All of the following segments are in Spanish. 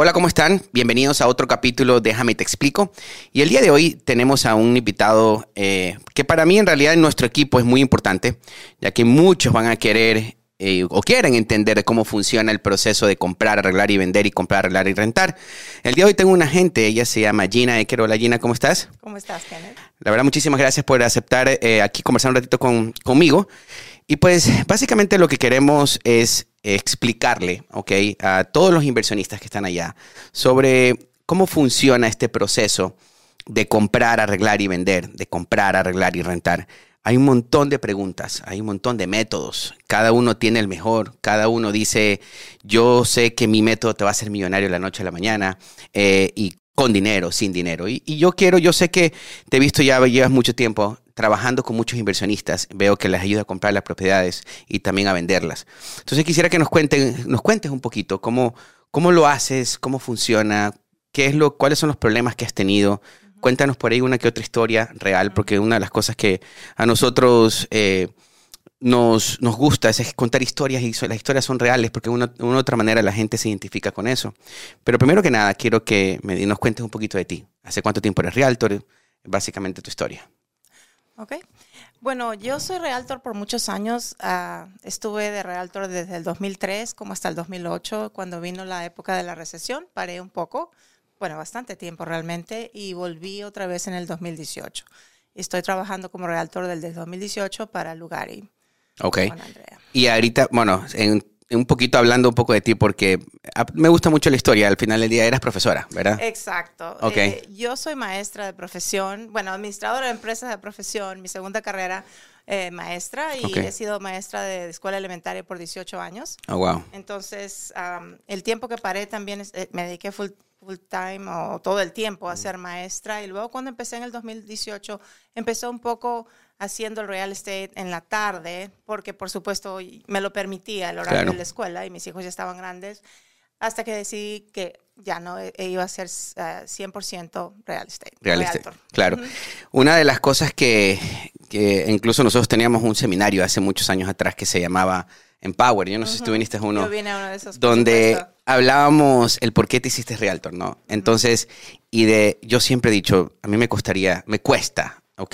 Hola, ¿cómo están? Bienvenidos a otro capítulo de Déjame Te Explico. Y el día de hoy tenemos a un invitado que para mí en realidad en nuestro equipo es muy importante, ya que muchos van a querer o quieren entender cómo funciona el proceso de comprar, arreglar y vender y comprar, arreglar y rentar. El día de hoy tengo una agente, ella se llama Gina Ecker. Hola Gina, ¿cómo estás? ¿Cómo estás, Kenneth? La verdad, muchísimas gracias por aceptar aquí conversar un ratito conmigo. Y pues básicamente lo que queremos es explicarle, ¿ok?, a todos los inversionistas que están allá sobre cómo funciona este proceso de comprar, arreglar y vender, de comprar, arreglar y rentar. Hay un montón de preguntas, hay un montón de métodos. Cada uno tiene el mejor. Cada uno dice, yo sé que mi método te va a hacer millonario de la noche a la mañana y con dinero, sin dinero. Y yo sé que te he visto ya, llevas mucho tiempo trabajando con muchos inversionistas. Veo que les ayuda a comprar las propiedades y también a venderlas. Entonces quisiera que nos cuentes un poquito cómo lo haces, cómo funciona, cuáles son los problemas que has tenido. Cuéntanos por ahí una que otra historia real, porque una de las cosas que a nosotros nos gusta es contar historias, y las historias son reales porque de una u otra manera la gente se identifica con eso. Pero primero que nada, quiero que nos cuentes un poquito de ti. ¿Hace cuánto tiempo eres realtor? Básicamente tu historia. Ok. Bueno, yo soy realtor por muchos años. Estuve de realtor desde el 2003 como hasta el 2008, cuando vino la época de la recesión. Paré un poco. Bueno, bastante tiempo realmente, y volví otra vez en el 2018. Estoy trabajando como realtor desde 2018 para Lugari. Ok. Con Andrea. Y ahorita, bueno, un poquito hablando un poco de ti, porque me gusta mucho la historia. Al final del día eras profesora, ¿verdad? Exacto. Okay. Yo soy maestra de profesión, bueno, administradora de empresas de profesión, mi segunda carrera maestra, y he sido maestra de escuela elementaria por 18 años. Oh, wow. Entonces, el tiempo que paré también me dediqué full time o todo el tiempo a ser maestra, y luego cuando empecé en el 2018 empecé un poco haciendo el real estate en la tarde, porque por supuesto me lo permitía el horario de la escuela y mis hijos ya estaban grandes, hasta que decidí que ya no iba a ser 100% real estate. Claro. Una de las cosas que incluso nosotros teníamos un seminario hace muchos años atrás que se llamaba Empower. Yo no sé si tú viniste a uno. Yo vine a uno de esos. Donde hablábamos el por qué te hiciste realtor, ¿no? Entonces, yo siempre he dicho, a mí me cuesta, ¿ok?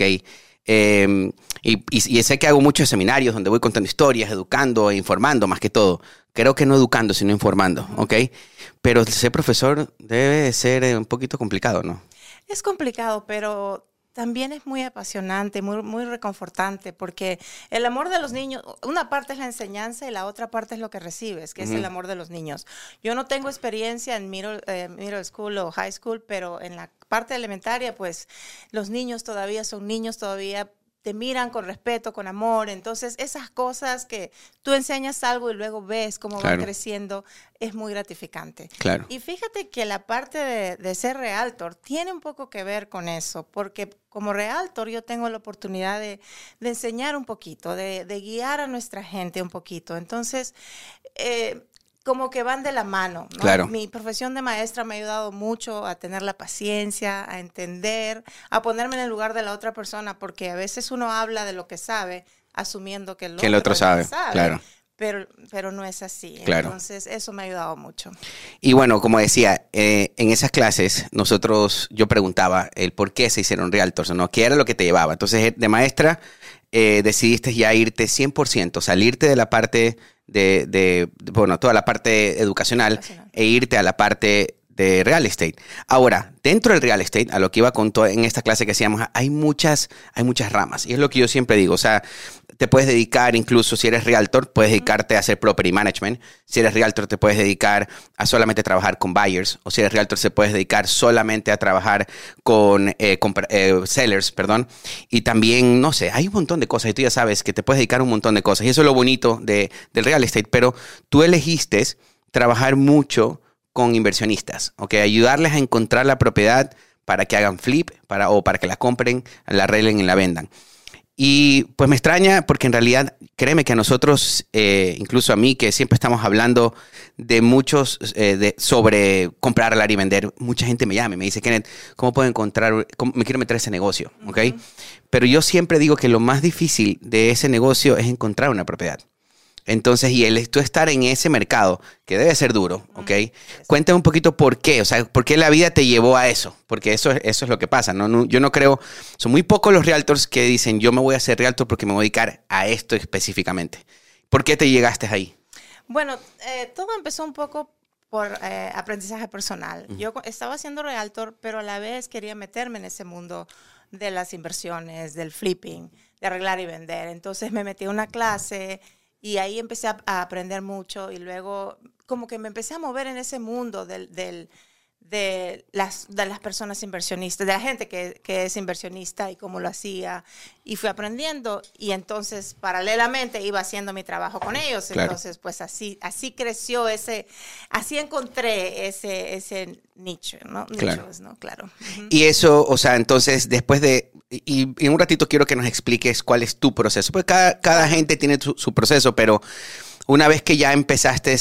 Y sé que hago muchos seminarios donde voy contando historias, educando e informando más que todo. Creo que no educando, sino informando, ¿ok? Pero ser profesor debe ser un poquito complicado, ¿no? Es complicado, pero también es muy apasionante, muy, muy reconfortante, porque el amor de los niños, una parte es la enseñanza y la otra parte es lo que recibes, que es el amor de los niños. Yo no tengo experiencia en middle school o high school, pero en la parte elementaria, pues los niños todavía son niños, todavía te miran con respeto, con amor. Entonces, esas cosas que tú enseñas algo y luego ves cómo van creciendo, es muy gratificante. Claro. Y fíjate que la parte de ser realtor tiene un poco que ver con eso, porque como realtor yo tengo la oportunidad de enseñar un poquito, de guiar a nuestra gente un poquito. Entonces, como que van de la mano, ¿no? Claro. Mi profesión de maestra me ha ayudado mucho a tener la paciencia, a entender, a ponerme en el lugar de la otra persona, porque a veces uno habla de lo que sabe, asumiendo que el otro sabe. Claro. Pero no es así. Claro. Entonces, eso me ha ayudado mucho. Y bueno, como decía, en esas clases yo preguntaba el por qué se hicieron realtors, ¿no? ¿Qué era lo que te llevaba? Entonces, de maestra, decidiste ya irte 100%, salirte de la parte toda la parte educacional e irte a la parte de real estate. Ahora, dentro del real estate, a lo que iba con en esta clase que hacíamos, hay muchas ramas. Y es lo que yo siempre digo. O sea, te puedes dedicar, incluso si eres realtor, puedes dedicarte a hacer property management. Si eres realtor, te puedes dedicar a solamente trabajar con buyers. O si eres realtor, se puedes dedicar solamente a trabajar con sellers, perdón. Y también, no sé, hay un montón de cosas. Y tú ya sabes que te puedes dedicar a un montón de cosas. Y eso es lo bonito del real estate. Pero tú elegiste trabajar mucho con inversionistas, ¿ok? Ayudarles a encontrar la propiedad para que hagan flip, o para que la compren, la arreglen y la vendan. Y pues me extraña porque en realidad, créeme que a nosotros, incluso a mí, que siempre estamos hablando de muchos, sobre comprar, arreglar y vender, mucha gente me llama y me dice, Kenneth, ¿cómo puedo me quiero meter a ese negocio? ¿Ok? Pero yo siempre digo que lo más difícil de ese negocio es encontrar una propiedad. Entonces, tú estar en ese mercado, que debe ser duro, ¿ok? Cuéntame un poquito por qué, o sea, por qué la vida te llevó a eso, porque eso es lo que pasa, ¿no? Yo no creo, son muy pocos los realtors que dicen, yo me voy a hacer realtor porque me voy a dedicar a esto específicamente. ¿Por qué te llegaste ahí? Bueno, todo empezó un poco por aprendizaje personal. Yo estaba siendo realtor, pero a la vez quería meterme en ese mundo de las inversiones, del flipping, de arreglar y vender. Entonces me metí a una clase y ahí empecé a aprender mucho y luego como que me empecé a mover en ese mundo de las personas inversionistas, de la gente que es inversionista y cómo lo hacía, y fui aprendiendo y entonces paralelamente iba haciendo mi trabajo con ellos. Claro. Entonces pues así creció así encontré ese nicho, ¿no? Claro. Nichos, ¿no? Claro. Y eso, o sea, entonces después y en un ratito quiero que nos expliques cuál es tu proceso, porque cada gente tiene su proceso, pero una vez que ya empezaste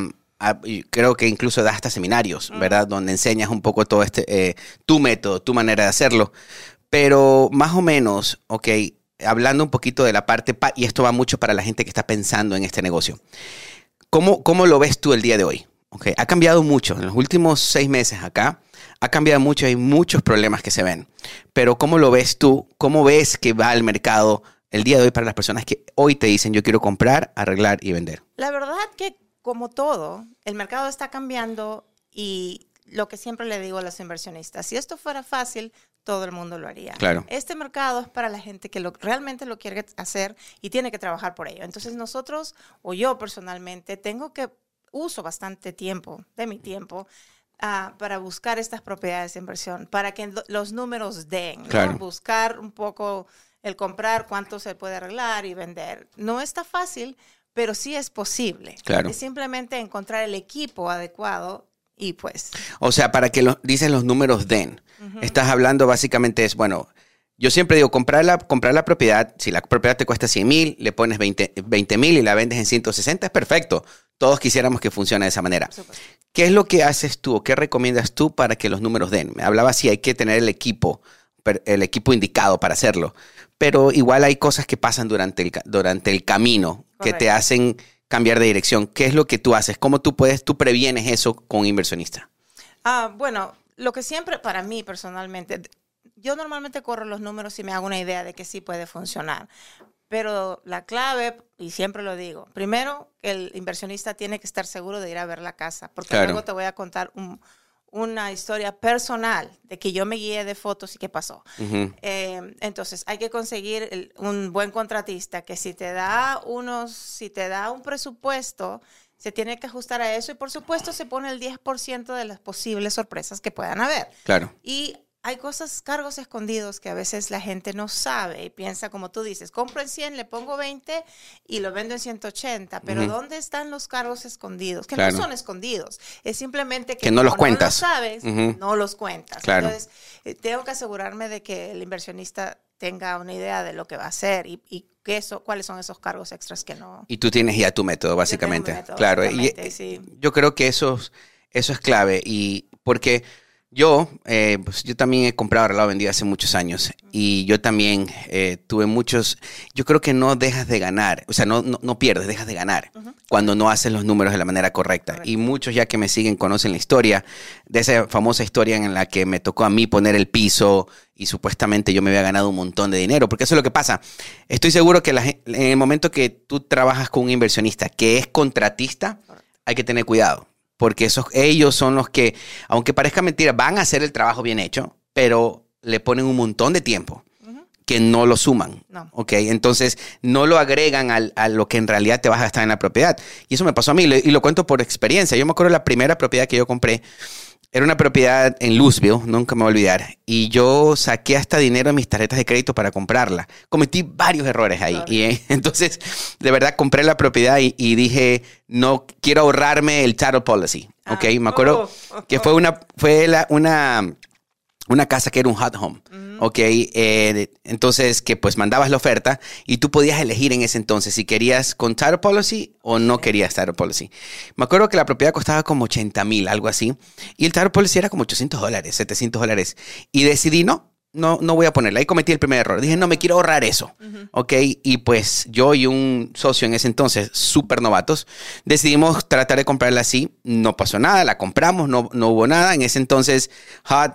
creo que incluso das hasta seminarios, ¿verdad? Donde enseñas un poco todo tu método, tu manera de hacerlo. Pero más o menos, ok, hablando un poquito de la parte, y esto va mucho para la gente que está pensando en este negocio. ¿Cómo lo ves tú el día de hoy? Okay, ha cambiado mucho. En los últimos 6 meses acá, ha cambiado mucho. Hay muchos problemas que se ven. Pero ¿cómo lo ves tú? ¿Cómo ves que va el mercado el día de hoy para las personas que hoy te dicen yo quiero comprar, arreglar y vender? La verdad que como todo, el mercado está cambiando y lo que siempre le digo a los inversionistas, si esto fuera fácil, todo el mundo lo haría. Claro. Este mercado es para la gente que realmente lo quiere hacer y tiene que trabajar por ello. Entonces nosotros, o yo personalmente, uso bastante tiempo, de mi tiempo, para buscar estas propiedades de inversión, para que los números den, ¿no? Claro. Buscar un poco el comprar, cuánto se puede arreglar y vender. No está fácil, pero sí es posible. Claro. Es simplemente encontrar el equipo adecuado y pues... O sea, para que dicen los números den. Estás hablando básicamente bueno, yo siempre digo, comprar la propiedad, si la propiedad te cuesta 100,000, le pones 20,000 y la vendes en 160, es perfecto. Todos quisiéramos que funcione de esa manera. ¿Qué es lo que haces tú o qué recomiendas tú para que los números den? Me hablaba si hay que tener el equipo indicado para hacerlo. Pero igual hay cosas que pasan durante el camino. Correcto. Que te hacen cambiar de dirección. ¿Qué es lo que tú haces? ¿Cómo tú previenes eso con un inversionista? Bueno, lo que siempre, para mí personalmente, yo normalmente corro los números y me hago una idea de que sí puede funcionar. Pero la clave, y siempre lo digo, primero, el inversionista tiene que estar seguro de ir a ver la casa. Porque claro. Luego te voy a contar una historia personal de que yo me guié de fotos y qué pasó. Uh-huh. Entonces, hay que conseguir un buen contratista que si te da un presupuesto, se tiene que ajustar a eso y, por supuesto, se pone el 10% de las posibles sorpresas que puedan haber. Claro. Y hay cargos escondidos que a veces la gente no sabe y piensa, como tú dices, compro en 100, le pongo 20 y lo vendo en 180. Pero ¿dónde están los cargos escondidos? Que claro. No son escondidos. Es simplemente que no los cuentas. No lo sabes, no los cuentas. Claro. Entonces, tengo que asegurarme de que el inversionista tenga una idea de lo que va a hacer y cuáles son esos cargos extras que no... Y tú tienes ya tu método, básicamente. Método, claro. básicamente, sí. Yo creo que eso es clave y porque... Yo también he comprado arreglado vendido hace muchos años y yo también tuve yo creo que no dejas de ganar, o sea, no pierdes, dejas de ganar cuando no haces los números de la manera correcta. Correcto. Y muchos ya que me siguen conocen la historia, de esa famosa historia en la que me tocó a mí poner el piso y supuestamente yo me había ganado un montón de dinero, porque eso es lo que pasa. Estoy seguro que en el momento que tú trabajas con un inversionista que es contratista, hay que tener cuidado. Porque ellos son los que, aunque parezca mentira, van a hacer el trabajo bien hecho, pero le ponen un montón de tiempo que no lo suman. No. ¿Okay? Entonces, no lo agregan a lo que en realidad te vas a gastar en la propiedad. Y eso me pasó a mí, y lo cuento por experiencia. Yo me acuerdo de la primera propiedad que yo compré. Era una propiedad en Louisville, nunca me voy a olvidar. Y yo saqué hasta dinero en mis tarjetas de crédito para comprarla. Cometí varios errores ahí. Claro. Y entonces, de verdad, compré la propiedad y dije, no, quiero ahorrarme el title policy. ¿Okay? Me acuerdo que fue una casa que era un hot home. ¿Okay? Entonces, que pues mandabas la oferta y tú podías elegir en ese entonces si querías con title policy o no querías title policy. Me acuerdo que la propiedad costaba como 80,000, algo así. Y el title policy era como $800, $700. Y decidí no. no voy a ponerla. Ahí cometí el primer error. Dije, no, me quiero ahorrar eso. ¿Ok? Y pues yo y un socio en ese entonces, súper novatos, decidimos tratar de comprarla así. No pasó nada, la compramos, no hubo nada. En ese entonces, HUD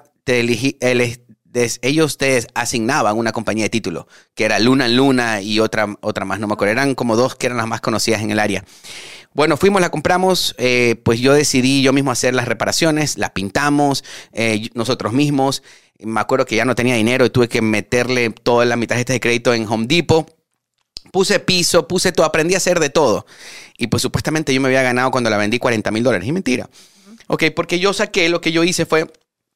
ellos te asignaban una compañía de título, que era Luna en Luna y otra más, no me acuerdo. Eran como 2 que eran las más conocidas en el área. Bueno, fuimos, la compramos, pues yo decidí yo mismo hacer las reparaciones, la pintamos nosotros mismos. Me acuerdo que ya no tenía dinero y tuve que meterle toda mi tarjeta de crédito en Home Depot. Puse piso, puse todo, aprendí a hacer de todo. Y pues supuestamente yo me había ganado cuando la vendí $40,000. Y mentira. Ok, porque yo saqué, lo que yo hice fue,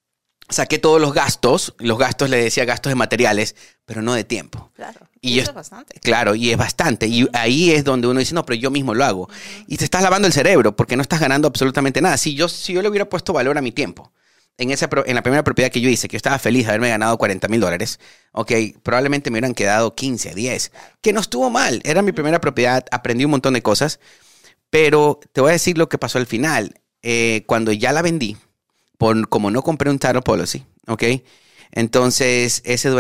saqué todos los gastos le decía gastos de materiales, pero no de tiempo. Claro, y eso es bastante. Claro, y es bastante. Y ahí es donde uno dice, no, pero yo mismo lo hago. Y te estás lavando el cerebro porque no estás ganando absolutamente nada. Si yo le hubiera puesto valor a mi tiempo, en la primera propiedad que yo hice, que yo estaba feliz de haberme ganado $40,000, ok, probablemente me hubieran quedado 15, 10, que no estuvo mal. Era mi primera propiedad, aprendí un montón de cosas, pero te voy a decir lo que pasó al final. Cuando ya la vendí, como no compré un title policy, ok, entonces ese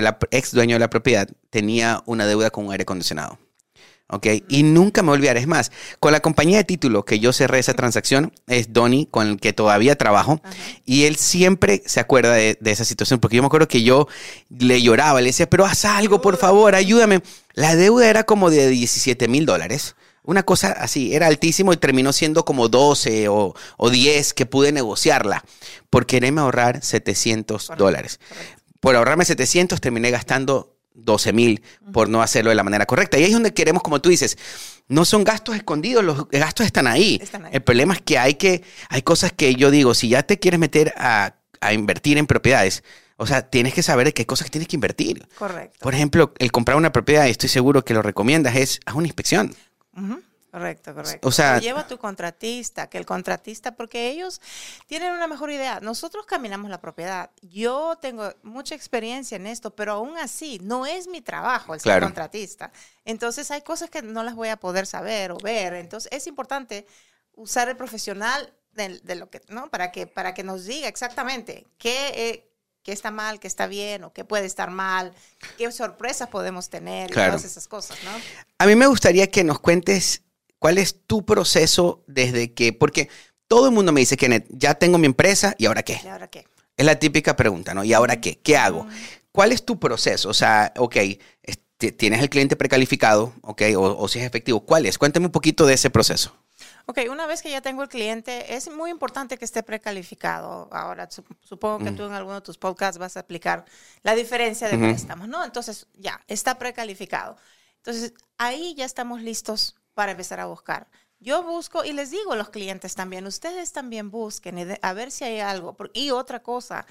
ex dueño de la propiedad tenía una deuda con un aire acondicionado. Okay. Y nunca me olvidaré. Es más, con la compañía de título que yo cerré esa transacción, es Donnie, con el que todavía trabajo. Ajá. Y él siempre se acuerda de esa situación, porque yo me acuerdo que yo le lloraba, le decía, pero haz algo, por favor, ayúdame. La deuda era como de $17,000. Una cosa así, era altísimo y terminó siendo como 12 o 10 que pude negociarla por quererme ahorrar $700. Correcto. Por ahorrarme 700 terminé gastando 12,000 por no hacerlo de la manera correcta. Y ahí es donde queremos, como tú dices, no son gastos escondidos, los gastos están ahí. El problema es que hay cosas que yo digo, si ya te quieres meter a invertir en propiedades, o sea, tienes que saber que hay cosas que tienes que invertir. Correcto. Por ejemplo, el comprar una propiedad, y estoy seguro que lo recomiendas, haz una inspección. Correcto. O sea, lo lleva a tu contratista, porque ellos tienen una mejor idea. Nosotros caminamos la propiedad. Yo tengo mucha experiencia en esto, pero aún así no es mi trabajo el ser contratista. Entonces hay cosas que no las voy a poder saber o ver. Entonces es importante usar el profesional de lo que, ¿no? Para que nos diga exactamente qué está mal, qué está bien o qué puede estar mal, qué sorpresas podemos tener y todas esas cosas, ¿no? A mí me gustaría que nos cuentes cuál es tu proceso porque todo el mundo me dice, Kenneth, ya tengo mi empresa, ¿y ahora qué? ¿Y ahora qué? Es la típica pregunta, ¿no? ¿Y ahora qué? ¿Qué hago? ¿Cuál es tu proceso? O sea, ok, tienes el cliente precalificado, ok, o si es efectivo, ¿cuál es? Cuéntame un poquito de ese proceso. Ok, una vez que ya tengo el cliente, es muy importante que esté precalificado. Ahora, supongo que tú en alguno de tus podcasts vas a explicar la diferencia de préstamos, ¿no? Entonces, ya, está precalificado. Entonces, ahí ya estamos listos para empezar a buscar. Yo busco y les digo a los clientes también, ustedes también busquen a ver si hay algo. Y otra cosa,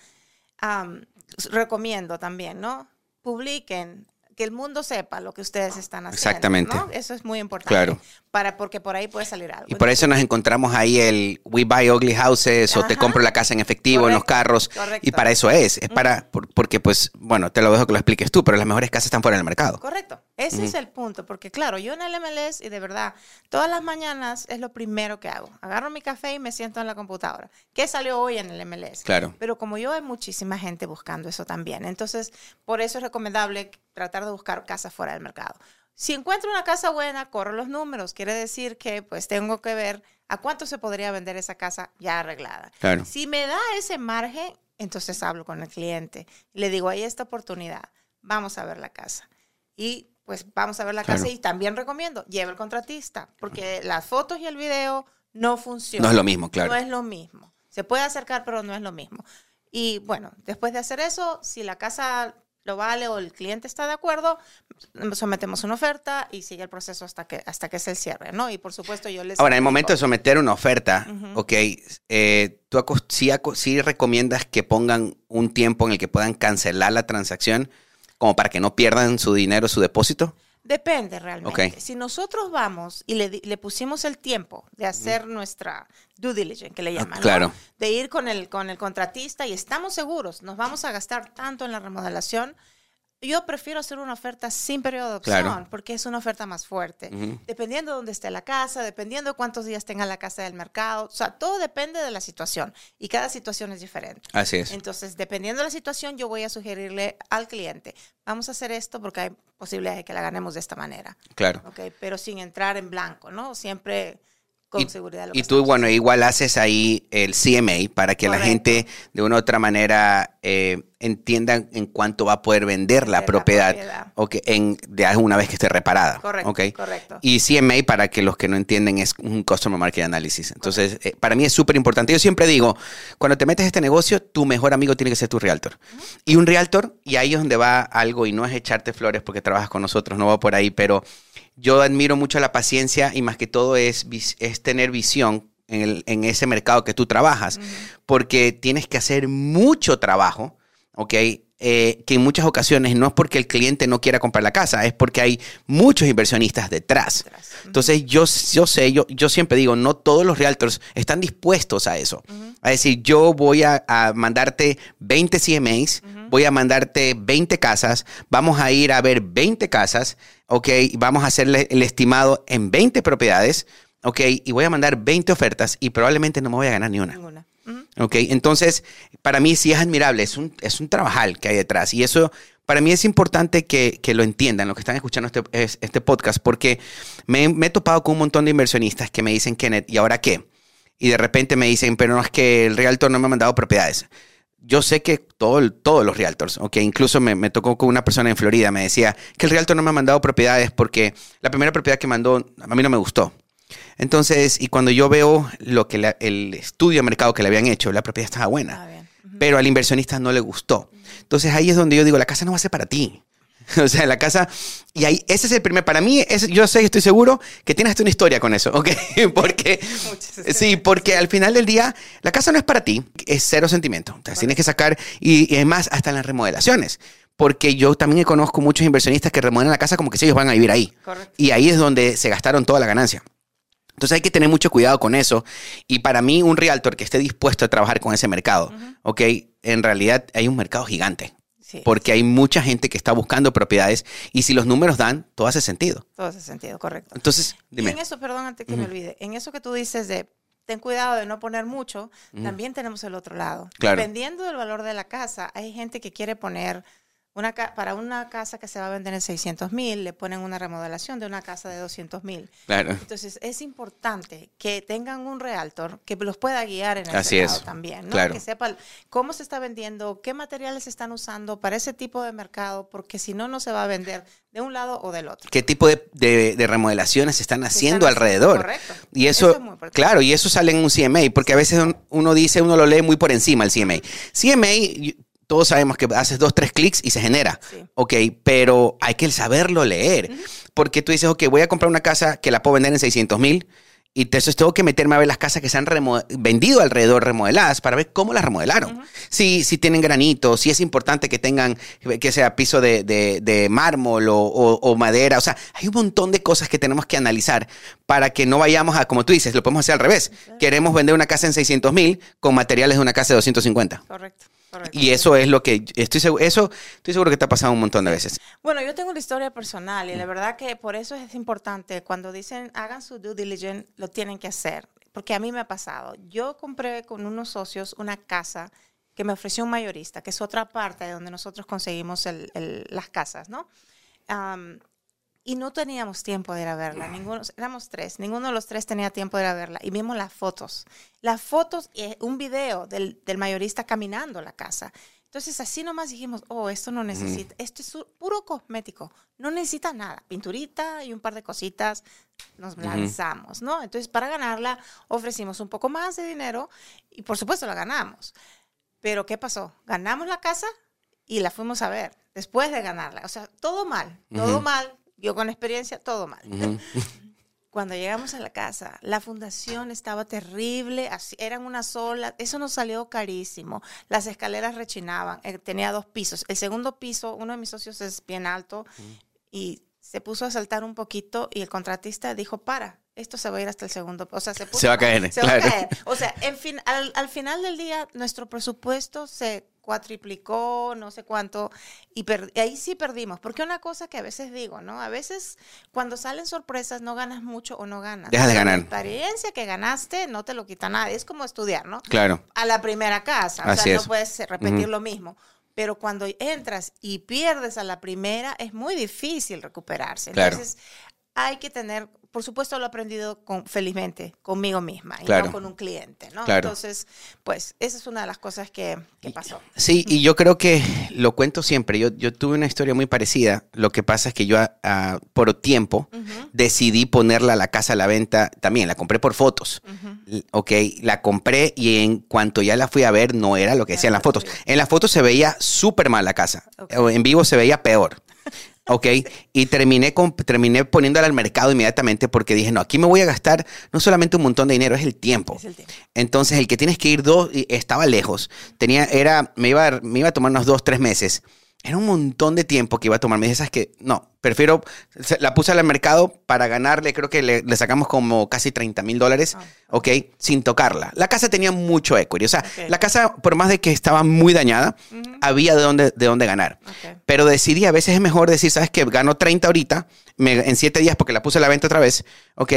recomiendo también, ¿no? Publiquen, que el mundo sepa lo que ustedes están haciendo. Exactamente. ¿no? Eso es muy importante. Claro. Porque por ahí puede salir algo. Y por eso nos encontramos ahí el We Buy Ugly Houses o te compro la casa en efectivo, en los carros. Correcto. Y para eso es porque pues, bueno, te lo dejo que lo expliques tú, pero las mejores casas están fuera del mercado. Correcto. Ese es el punto, porque claro, yo en el MLS y de verdad, todas las mañanas es lo primero que hago. Agarro mi café y me siento en la computadora. ¿Qué salió hoy en el MLS? Claro. Pero como yo, hay muchísima gente buscando eso también. Entonces, por eso es recomendable tratar de buscar casas fuera del mercado. Si encuentro una casa buena, corro los números. Quiere decir que pues tengo que ver a cuánto se podría vender esa casa ya arreglada. Claro. Si me da ese margen, entonces hablo con el cliente. Le digo, hay esta oportunidad, vamos a ver la casa. Y pues vamos a ver la casa y también recomiendo, lleve el contratista, porque las fotos y el video no funcionan. No es lo mismo, claro. No es lo mismo. Se puede acercar, pero no es lo mismo. Y bueno, después de hacer eso, si la casa lo vale o el cliente está de acuerdo, sometemos una oferta y sigue el proceso hasta que se cierre, ¿no? Y por supuesto yo les... Ahora, en el momento de someter una oferta, ok, ¿tú sí recomiendas que pongan un tiempo en el que puedan cancelar la transacción como para que no pierdan su dinero, su depósito? Depende realmente. Okay. Si nosotros vamos y le pusimos el tiempo de hacer nuestra due diligence, que le llaman, claro, ¿no? De ir con el contratista y estamos seguros, nos vamos a gastar tanto en la remodelación, Yo prefiero hacer una oferta sin periodo de opción, Claro. porque es una oferta más fuerte. Dependiendo de dónde esté la casa, dependiendo de cuántos días tenga la casa del mercado. O sea, todo depende de la situación y cada situación es diferente. Así es. Entonces, dependiendo de la situación, yo voy a sugerirle al cliente, vamos a hacer esto porque hay posibilidades de que la ganemos de esta manera. Claro. Okay, pero sin entrar en blanco, ¿no? Siempre con seguridad. Lo que Y tú, estamos bueno, haciendo. igual haces ahí el CMA para que la Correcto. gente de una u otra manera entienda en cuánto va a poder vender la La propiedad, propiedad. ya una vez que esté reparada. Correcto, ¿Ok? correcto. Y CMA, para que los que no entienden, es un Customer Market Analysis. Entonces, para mí es súper importante. Yo siempre digo, cuando te metes a este negocio, tu mejor amigo tiene que ser tu realtor. Y un realtor, y ahí es donde va algo, y no es echarte flores porque trabajas con nosotros, no va por ahí, pero yo admiro mucho la paciencia y más que todo es tener visión en ese mercado que tú trabajas, porque tienes que hacer mucho trabajo, ¿ok? Que en muchas ocasiones no es porque el cliente no quiera comprar la casa, es porque hay muchos inversionistas detrás. Entonces, yo siempre digo, no todos los realtors están dispuestos a eso. A decir, yo voy a mandarte 20 CMAs, voy a mandarte 20 casas, vamos a ir a ver 20 casas, ¿ok? Vamos a hacerle el estimado en 20 propiedades, ¿ok? Y voy a mandar 20 ofertas y probablemente no me voy a ganar ni una. Ninguna. ¿Ok? Entonces, para mí sí es admirable, es un trabajal que hay detrás. Y eso, para mí es importante que lo entiendan, los que están escuchando este podcast, porque me he topado con un montón de inversionistas que me dicen, Kenneth, ¿y ahora qué? Y de repente me dicen, pero no es que el realtor no me ha mandado propiedades. Yo sé que todos los realtors, ¿ok? Incluso me tocó con una persona en Florida, me decía que el realtor no me ha mandado propiedades porque la primera propiedad que mandó a mí no me gustó. Entonces, y cuando yo veo lo que el estudio de mercado que le habían hecho, la propiedad estaba buena, bien. pero al inversionista no le gustó. Entonces, ahí es donde yo digo, la casa no va a ser para ti. O sea, la casa, y ahí, ese es el primer, para mí, yo sé, estoy seguro que tienes hasta una historia con eso, ¿ok? Porque, sí, porque al final del día, la casa no es para ti, es cero sentimiento. Entonces, tienes que sacar, y además, hasta en las remodelaciones. Porque yo también conozco muchos inversionistas que remodelan la casa como que si ellos van a vivir ahí. Correcto. Y ahí es donde se gastaron toda la ganancia. Entonces hay que tener mucho cuidado con eso. Y para mí, un realtor que esté dispuesto a trabajar con ese mercado, ¿ok? En realidad hay un mercado gigante. Sí, Porque hay mucha gente que está buscando propiedades y si los números dan, todo hace sentido. todo ese sentido, correcto. Entonces, dime. Y en eso, perdón, antes que me olvide, en eso que tú dices de ten cuidado de no poner mucho, también tenemos el otro lado. Claro. Dependiendo del valor de la casa, hay gente que quiere poner para una casa que se va a vender en 600,000, le ponen una remodelación de una casa de 200,000. Claro. Entonces, es importante que tengan un realtor que los pueda guiar en Así ese es. lado también, ¿no? Claro. Que sepa cómo se está vendiendo, qué materiales se están usando para ese tipo de mercado, porque si no, no se va a vender de un lado o del otro. ¿Qué tipo de remodelaciones se están haciendo están haciendo, alrededor? correcto. Y eso es muy importante. claro, y eso sale en un CMA, porque a veces uno lo lee muy por encima el CMA. CMA, todos sabemos que haces 2, 3 clics y se genera. Sí. Ok, pero hay que saberlo leer. Porque tú dices, ok, voy a comprar una casa que la puedo vender en 600,000 y entonces tengo que meterme a ver las casas que se han vendido alrededor remodeladas para ver cómo las remodelaron. Si tienen granitos, si es importante que tengan, que sea piso de mármol o madera. O sea, hay un montón de cosas que tenemos que analizar para que no vayamos a, como tú dices, lo podemos hacer al revés. Queremos vender una casa en 600,000 con materiales de una casa de 250. Correcto. Y eso es lo que estoy seguro que te ha pasado un montón de veces. Bueno, yo tengo una historia personal y la verdad que por eso es importante cuando dicen hagan su due diligence, lo tienen que hacer, porque a mí me ha pasado. Yo compré con unos socios una casa que me ofreció un mayorista, que es otra parte de donde nosotros conseguimos las casas, ¿no? Y no teníamos tiempo de ir a verla. Éramos 3. Ninguno de los 3 tenía tiempo de ir a verla. Y vimos las fotos. Las fotos y un video del mayorista caminando la casa. Entonces, así nomás dijimos, esto no necesita, esto es puro cosmético. No necesita nada. Pinturita y un par de cositas. Nos lanzamos, ¿no? Entonces, para ganarla, ofrecimos un poco más de dinero y, por supuesto, la ganamos. Pero, ¿qué pasó? Ganamos la casa y la fuimos a ver después de ganarla. O sea, todo mal, todo mal. Yo con experiencia, todo mal. Cuando llegamos a la casa, la fundación estaba terrible, eran una sola, eso nos salió carísimo. Las escaleras rechinaban, tenía 2 pisos. El segundo piso, uno de mis socios es bien alto y se puso a saltar un poquito y el contratista dijo, esto se va a ir hasta el segundo. O sea, se va a caer, se claro. va a caer. O sea, al final del día, nuestro presupuesto se cuatriplicó, no sé cuánto, y ahí sí perdimos. Porque una cosa que a veces digo, ¿no? A veces cuando salen sorpresas no ganas mucho o no ganas. Dejas de ganar. La experiencia que ganaste no te lo quita nadie. Es como estudiar, ¿no? Claro. A la primera casa. O Así sea, es. no puedes repetir lo mismo. Pero cuando entras y pierdes a la primera, es muy difícil recuperarse. Claro. Entonces, hay que tener, por supuesto, lo he aprendido felizmente conmigo misma y Claro. no con un cliente, ¿no? Claro. Entonces, pues, esa es una de las cosas que pasó. Sí, y yo creo que lo cuento siempre. Yo tuve una historia muy parecida. Lo que pasa es que yo por tiempo decidí ponerla a la casa a la venta. También la compré por fotos. Ok, la compré y en cuanto ya la fui a ver, no era lo que decían las fotos. En las fotos se veía súper mal la casa. Okay. En vivo se veía peor. Ok, y terminé poniéndola al mercado inmediatamente porque dije, no, aquí me voy a gastar no solamente un montón de dinero, es el tiempo. Es el tiempo. Entonces, el que tienes que ir estaba lejos. Me iba a tomar unos 2-3 meses. Era un montón de tiempo que iba a tomar. Me dije, ¿sabes qué? No, prefiero, la puse al mercado para ganarle, creo que le sacamos como casi $30,000, ok, sin tocarla. La casa tenía mucho equity. O sea, la casa, por más de que estaba muy dañada, había de dónde ganar. Okay. Pero decidí, a veces es mejor decir, ¿sabes qué? Gano 30 ahorita, en 7 días porque la puse a la venta otra vez, ok,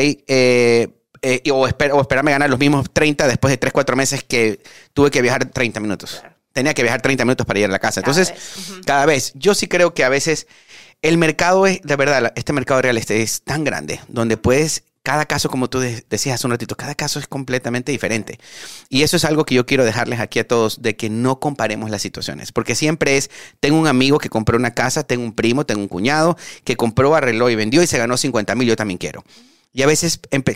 o esperarme ganar los mismos 30 después de 3-4 meses que tuve que viajar 30 minutos. Claro. Tenía que viajar 30 minutos para ir a la casa. Entonces, cada vez. Yo sí creo que a veces el mercado es, de verdad, este mercado real estate es tan grande, donde puedes, cada caso, como tú decías hace un ratito, cada caso es completamente diferente. Y eso es algo que yo quiero dejarles aquí a todos, de que no comparemos las situaciones. Porque siempre tengo un amigo que compró una casa, tengo un primo, tengo un cuñado, que compró, arregló y vendió y se ganó 50,000, yo también quiero. Y a veces,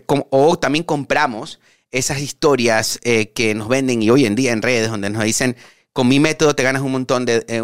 o también compramos esas historias que nos venden y hoy en día en redes, donde nos dicen, con mi método te ganas un montón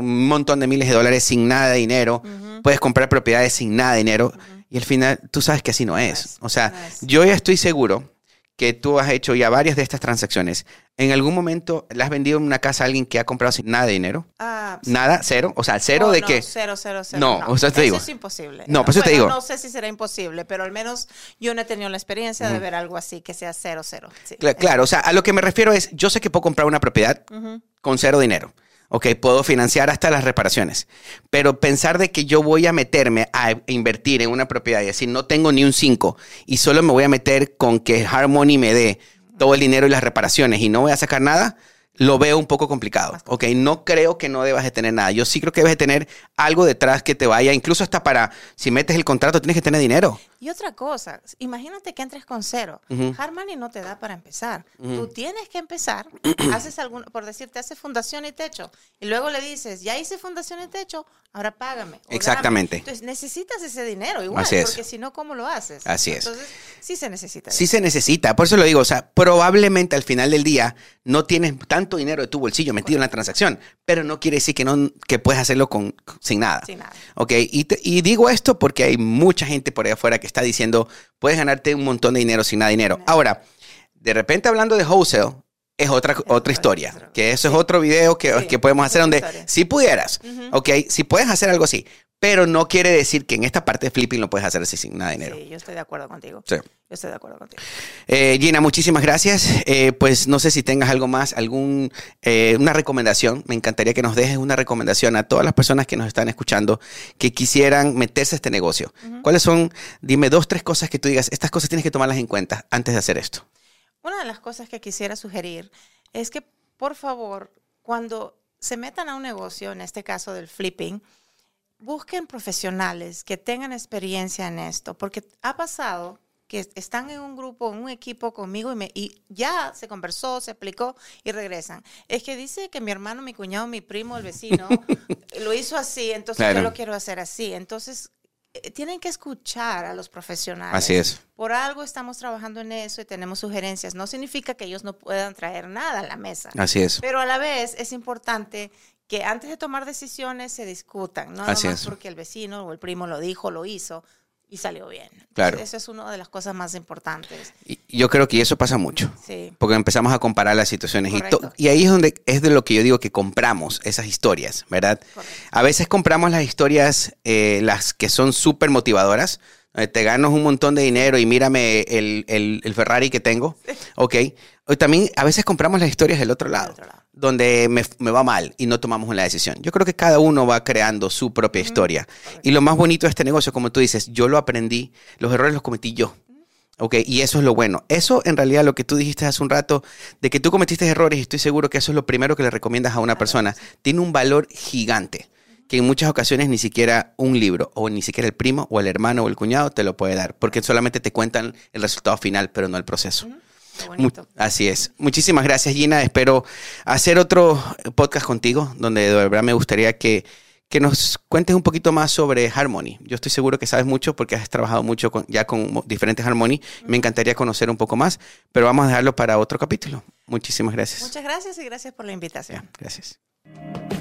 de miles de dólares sin nada de dinero. Puedes comprar propiedades sin nada de dinero. Y al final, tú sabes que así no es. O sea, yo ya estoy seguro que tú has hecho ya varias de estas transacciones. ¿En algún momento le has vendido una casa a alguien que ha comprado sin nada de dinero? ¿Nada? ¿Cero? O sea, ¿cero de qué? Cero. No, o sea, te digo. Eso es imposible. No, pues yo te digo. No sé si será imposible, pero al menos yo no he tenido la experiencia de ver algo así, que sea 0. Sí. Claro, o sea, a lo que me refiero es, yo sé que puedo comprar una propiedad con cero dinero. Ok, puedo financiar hasta las reparaciones. Pero pensar de que yo voy a meterme a invertir en una propiedad y decir, no tengo ni un 5 y solo me voy a meter con que Harmony me dé todo el dinero y las reparaciones y no voy a sacar nada, lo veo un poco complicado. Ok, no creo que no debas de tener nada. Yo sí creo que debes de tener algo detrás que te vaya, incluso hasta para, si metes el contrato, tienes que tener dinero. Y otra cosa, imagínate que entres con 0. Harmony no te da para empezar. Tú tienes que empezar, por decirte, haces fundación y techo. Y luego le dices, ya hice fundación y techo, ahora págame. Exactamente. Dame. Entonces necesitas ese dinero igual, porque si no, ¿cómo lo haces? Así es. Entonces, sí se necesita. Sí se necesita. Por eso lo digo, o sea, probablemente al final del día no tienes tanto dinero de tu bolsillo metido en la transacción, pero no quiere decir que puedes hacerlo sin nada. Sin nada. Ok, y digo esto porque hay mucha gente por ahí afuera que está diciendo, puedes ganarte un montón de dinero sin nada de dinero. Ahora, de repente hablando de wholesale, es otra historia, que eso es otro video que podemos hacer donde si pudieras, ok, si puedes hacer algo así, pero no quiere decir que en esta parte de flipping lo puedes hacer así sin nada de dinero. Sí, yo estoy de acuerdo contigo. Sí. Yo estoy de acuerdo contigo. Gina, muchísimas gracias. Pues no sé si tengas algo más, una recomendación. Me encantaría que nos dejes una recomendación a todas las personas que nos están escuchando que quisieran meterse a este negocio. ¿Cuáles son? Dime 2-3 cosas que tú digas, estas cosas tienes que tomarlas en cuenta antes de hacer esto. Una de las cosas que quisiera sugerir es que, por favor, cuando se metan a un negocio, en este caso del flipping, busquen profesionales que tengan experiencia en esto, porque ha pasado que están en un grupo, en un equipo conmigo y ya se conversó, se explicó y regresan. Es que dice que mi hermano, mi cuñado, mi primo, el vecino, lo hizo así, entonces yo lo quiero hacer así. Entonces, tienen que escuchar a los profesionales. Así es. Por algo estamos trabajando en eso y tenemos sugerencias. No significa que ellos no puedan traer nada a la mesa. Así es. Pero a la vez es importante que antes de tomar decisiones se discutan, no nomás porque el vecino o el primo lo dijo, lo hizo y salió bien. Claro. Eso es una de las cosas más importantes. Y yo creo que eso pasa mucho. Sí. Porque empezamos a comparar las situaciones. Y ahí es de lo que yo digo que compramos esas historias, ¿verdad? Correcto. A veces compramos las historias, las que son súper motivadoras, Te ganas un montón de dinero y mírame el Ferrari que tengo. Sí. Ok. También a veces compramos las historias del otro lado, donde me va mal y no tomamos una decisión. Yo creo que cada uno va creando su propia historia. Y lo más bonito de este negocio, como tú dices, yo lo aprendí, los errores los cometí yo. Okay, y eso es lo bueno. Eso, en realidad, lo que tú dijiste hace un rato, de que tú cometiste errores, y estoy seguro que eso es lo primero que le recomiendas a una persona, tiene un valor gigante, que en muchas ocasiones ni siquiera un libro, o ni siquiera el primo, o el hermano, o el cuñado te lo puede dar, porque solamente te cuentan el resultado final, pero no el proceso. Qué bonito. Así es. Muchísimas gracias, Gina. Espero hacer otro podcast contigo, donde de verdad me gustaría que nos cuentes un poquito más sobre Harmony. Yo estoy seguro que sabes mucho porque has trabajado mucho ya con diferentes Harmony. Me encantaría conocer un poco más, pero vamos a dejarlo para otro capítulo. Muchísimas gracias. Muchas gracias y gracias por la invitación. Gracias.